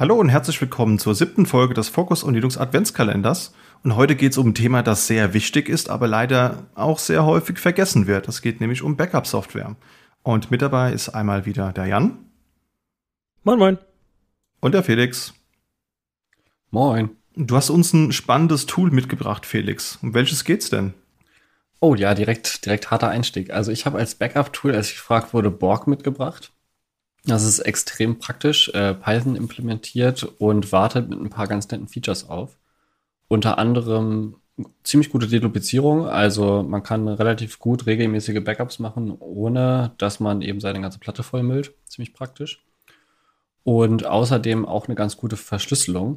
Hallo und herzlich willkommen zur 7. Folge des Focus on Linux Adventskalenders. Und heute geht es um ein Thema, das sehr wichtig ist, aber leider auch sehr häufig vergessen wird. Es geht nämlich um Backup-Software. Und mit dabei ist einmal wieder der Jan. Moin, moin. Und der Felix. Moin. Du hast uns ein spannendes Tool mitgebracht, Felix. Um welches geht's denn? Oh ja, direkt harter Einstieg. Also ich habe als Backup-Tool, als ich gefragt wurde, Borg mitgebracht. Das ist extrem praktisch, Python implementiert und wartet mit ein paar ganz netten Features auf. Unter anderem ziemlich gute Deduplizierung, also man kann relativ gut regelmäßige Backups machen, ohne dass man eben seine ganze Platte vollmüllt. Ziemlich praktisch. Und außerdem auch eine ganz gute Verschlüsselung.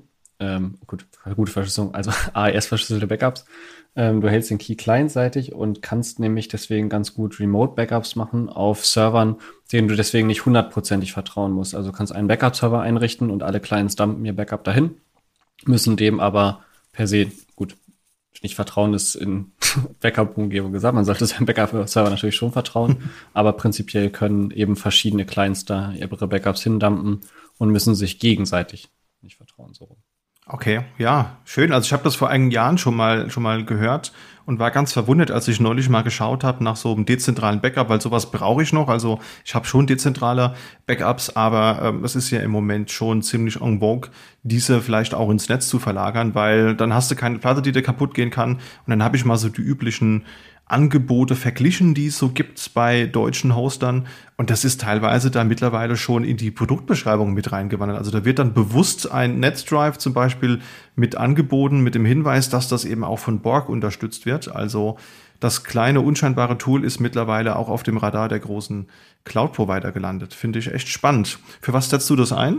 Gute Verschlüsselung, also AES-verschlüsselte Backups. Du hältst den Key clientseitig und kannst nämlich deswegen ganz gut Remote-Backups machen auf Servern, denen du deswegen nicht 100%ig vertrauen musst. Also du kannst einen Backup-Server einrichten und alle Clients dumpen ihr Backup dahin, müssen dem aber per se, gut, nicht vertrauen ist in Backup-Umgebung gesagt, man sollte seinem Backup-Server natürlich schon vertrauen, aber prinzipiell können eben verschiedene Clients da ihre Backups hindumpen und müssen sich gegenseitig nicht vertrauen, so rum. Okay, ja, schön. Also ich habe das vor einigen Jahren schon mal gehört und war ganz verwundert, als ich neulich mal geschaut habe nach so einem dezentralen Backup, weil sowas brauche ich noch. Also ich habe schon dezentrale Backups, aber es ist ja im Moment schon ziemlich en vogue, diese vielleicht auch ins Netz zu verlagern, weil dann hast du keine Platte, die dir kaputt gehen kann. Und dann habe ich mal so die üblichen Angebote verglichen, die es so gibt bei deutschen Hostern. Und das ist teilweise da mittlerweile schon in die Produktbeschreibung mit reingewandert. Also da wird dann bewusst ein NetDrive zum Beispiel mit angeboten, mit dem Hinweis, dass das eben auch von Borg unterstützt wird. Also das kleine, unscheinbare Tool ist mittlerweile auch auf dem Radar der großen Cloud-Provider gelandet. Finde ich echt spannend. Für was setzt du das ein?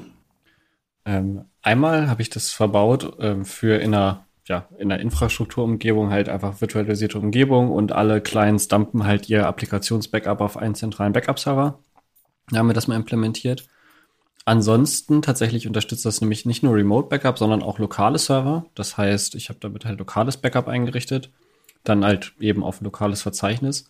Einmal habe ich das verbaut für in der Infrastrukturumgebung halt einfach virtualisierte Umgebung und alle Clients dumpen halt ihr Applikations-Backup auf einen zentralen Backup-Server. Da haben wir das mal implementiert. Ansonsten tatsächlich unterstützt das nämlich nicht nur Remote-Backup, sondern auch lokale Server. Das heißt, ich habe damit halt lokales Backup eingerichtet, dann halt eben auf ein lokales Verzeichnis.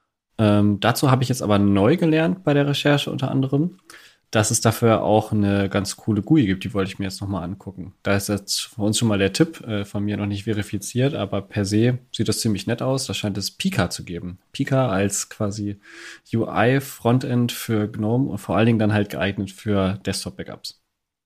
Dazu habe ich jetzt aber neu gelernt bei der Recherche unter anderem, dass es dafür auch eine ganz coole GUI gibt, die wollte ich mir jetzt nochmal angucken. Da ist jetzt für uns schon mal der Tipp, von mir noch nicht verifiziert, aber per se sieht das ziemlich nett aus. Da scheint es Pika zu geben. Pika als quasi UI-Frontend für GNOME und vor allen Dingen dann halt geeignet für Desktop-Backups.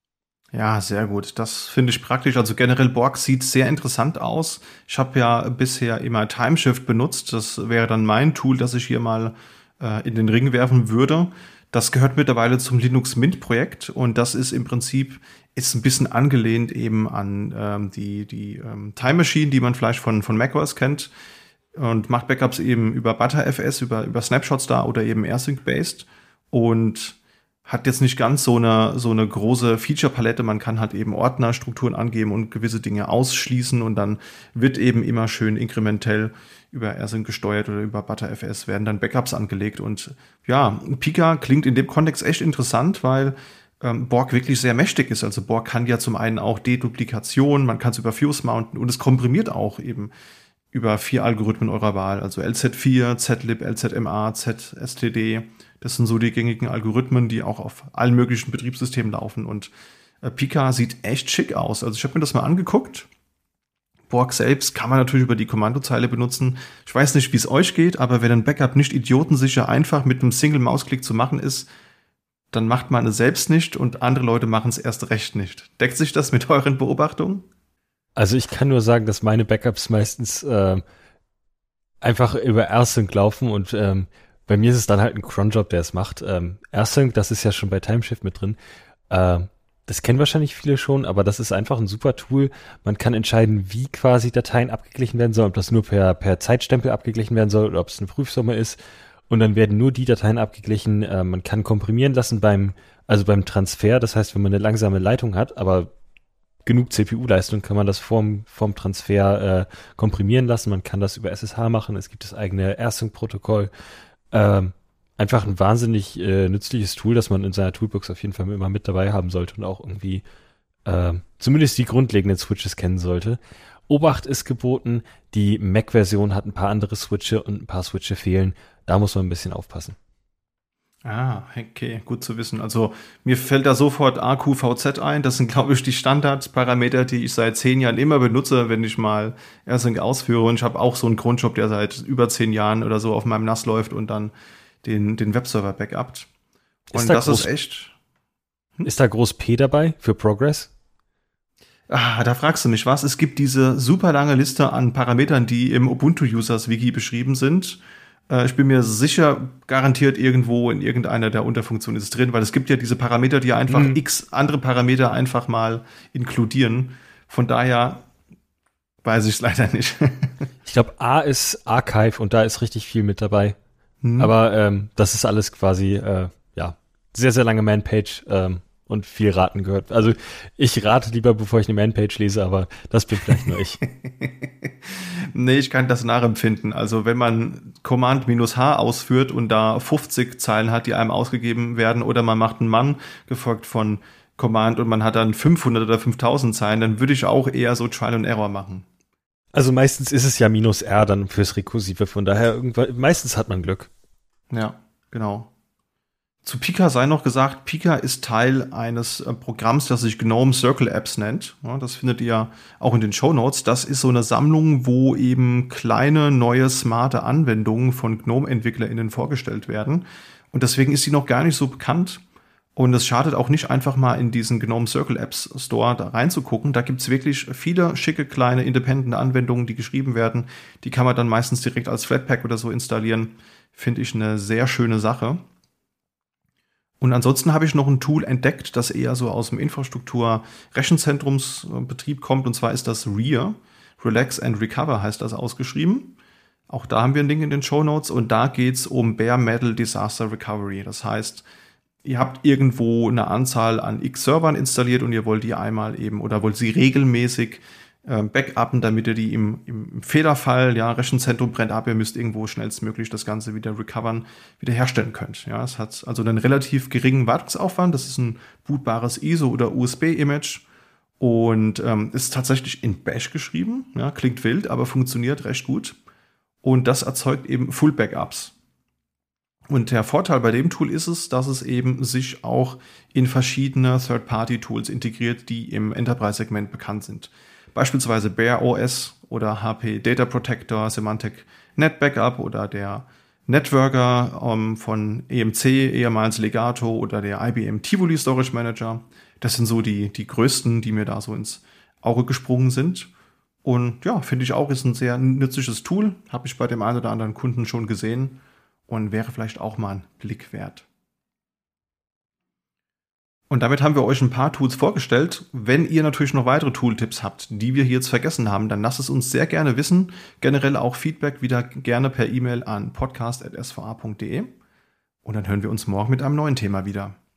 Ja, sehr gut. Das finde ich praktisch. Also generell Borg sieht sehr interessant aus. Ich habe ja bisher immer Timeshift benutzt. Das wäre dann mein Tool, das ich hier mal in den Ring werfen würde. Das gehört mittlerweile zum Linux Mint Projekt und das ist im Prinzip ist ein bisschen angelehnt eben an die Time Machine, die man vielleicht von macOS kennt und macht Backups eben über ButterFS, über Snapshots da oder eben AirSync-based und hat jetzt nicht ganz so eine große Feature-Palette. Man kann halt eben Ordnerstrukturen angeben und gewisse Dinge ausschließen und dann wird eben immer schön inkrementell über AirSync gesteuert oder über ButterFS werden dann Backups angelegt. Und ja, Pika klingt in dem Kontext echt interessant, weil Borg wirklich sehr mächtig ist. Also Borg kann ja zum einen auch Deduplikation, man kann es über Fuse mounten und es komprimiert auch eben über 4 Algorithmen eurer Wahl, also LZ4, ZLib, LZMA, ZSTD. Das sind so die gängigen Algorithmen, die auch auf allen möglichen Betriebssystemen laufen. Und Pika sieht echt schick aus. Also ich habe mir das mal angeguckt. Borg selbst kann man natürlich über die Kommandozeile benutzen. Ich weiß nicht, wie es euch geht, aber wenn ein Backup nicht idiotensicher einfach mit einem Single-Mausklick zu machen ist, dann macht man es selbst nicht und andere Leute machen es erst recht nicht. Deckt sich das mit euren Beobachtungen? Also ich kann nur sagen, dass meine Backups meistens einfach über AirSync laufen und bei mir ist es dann halt ein Cronjob, der es macht. AirSync, das ist ja schon bei Timeshift mit drin. Das kennen wahrscheinlich viele schon, aber das ist einfach ein super Tool. Man kann entscheiden, wie quasi Dateien abgeglichen werden sollen, ob das nur per Zeitstempel abgeglichen werden soll oder ob es eine Prüfsumme ist. Und dann werden nur die Dateien abgeglichen. Man kann komprimieren lassen beim Transfer. Das heißt, wenn man eine langsame Leitung hat, aber genug CPU-Leistung, kann man das vorm Transfer komprimieren lassen. Man kann das über SSH machen. Es gibt das eigene AirSync-Protokoll. Einfach ein wahnsinnig nützliches Tool, das man in seiner Toolbox auf jeden Fall immer mit dabei haben sollte und auch irgendwie zumindest die grundlegenden Switches kennen sollte. Obacht ist geboten, die Mac-Version hat ein paar andere Switche und ein paar Switche fehlen. Da muss man ein bisschen aufpassen. Ah, okay, gut zu wissen. Also mir fällt da sofort AQVZ ein. Das sind, glaube ich, die Standardparameter, die ich seit 10 Jahren immer benutze, wenn ich mal Async ausführe. Und ich habe auch so einen Grundjob, der seit über 10 Jahren oder so auf meinem NAS läuft und dann den Webserver backupt. Und das ist echt. Ist da groß P dabei für Progress? Ah, da fragst du mich was. Es gibt diese super lange Liste an Parametern, die im Ubuntu-Users-Wiki beschrieben sind. Ich bin mir sicher, garantiert irgendwo in irgendeiner der Unterfunktionen ist es drin, weil es gibt ja diese Parameter, die einfach x andere Parameter einfach mal inkludieren. Von daher weiß ich es leider nicht. Ich glaube, A ist Archive und da ist richtig viel mit dabei. Aber das ist alles quasi, sehr, sehr lange Manpage und viel Raten gehört. Also ich rate lieber, bevor ich eine Manpage lese, aber das bin vielleicht nur ich. Nee, ich kann das nachempfinden. Also wenn man Command-H ausführt und da 50 Zeilen hat, die einem ausgegeben werden, oder man macht einen Mann gefolgt von Command und man hat dann 500 oder 5000 Zeilen, dann würde ich auch eher so Trial and Error machen. Also meistens ist es ja -R dann fürs Rekursive, von daher meistens hat man Glück. Ja, genau. Zu Pika sei noch gesagt, Pika ist Teil eines Programms, das sich GNOME Circle Apps nennt. Ja, das findet ihr auch in den Shownotes. Das ist so eine Sammlung, wo eben kleine, neue, smarte Anwendungen von GNOME-EntwicklerInnen vorgestellt werden. Und deswegen ist sie noch gar nicht so bekannt. Und es schadet auch nicht, einfach mal in diesen GNOME Circle Apps Store da reinzugucken. Da gibt's wirklich viele schicke, kleine, independente Anwendungen, die geschrieben werden. Die kann man dann meistens direkt als Flatpak oder so installieren. Finde ich eine sehr schöne Sache. Und ansonsten habe ich noch ein Tool entdeckt, das eher so aus dem Infrastruktur-Rechenzentrumsbetrieb kommt. Und zwar ist das REAR. Relax and Recover heißt das ausgeschrieben. Auch da haben wir ein Link in den Shownotes. Und da geht's um Bare Metal Disaster Recovery. Das heißt, ihr habt irgendwo eine Anzahl an X Servern installiert und ihr wollt die einmal eben oder wollt sie regelmäßig backuppen, damit ihr die im Fehlerfall, ja, Rechenzentrum brennt ab, ihr müsst irgendwo schnellstmöglich das Ganze wieder recovern, wieder herstellen könnt. Ja, es hat also einen relativ geringen Wartungsaufwand. Das ist ein bootbares ISO- oder USB-Image und ist tatsächlich in Bash geschrieben. Ja, klingt wild, aber funktioniert recht gut. Und das erzeugt eben Full-Backups. Und der Vorteil bei dem Tool ist es, dass es eben sich auch in verschiedene Third-Party-Tools integriert, die im Enterprise-Segment bekannt sind. Beispielsweise Bare OS oder HP Data Protector, Symantec Net Backup oder der Networker von EMC, ehemals Legato, oder der IBM Tivoli Storage Manager. Das sind so die größten, die mir da so ins Auge gesprungen sind. Und ja, finde ich auch, ist ein sehr nützliches Tool. Habe ich bei dem einen oder anderen Kunden schon gesehen und wäre vielleicht auch mal ein Blick wert. Und damit haben wir euch ein paar Tools vorgestellt. Wenn ihr natürlich noch weitere Tooltips habt, die wir hier jetzt vergessen haben, dann lasst es uns sehr gerne wissen. Generell auch Feedback wieder gerne per E-Mail an podcast@sva.de. Und dann hören wir uns morgen mit einem neuen Thema wieder.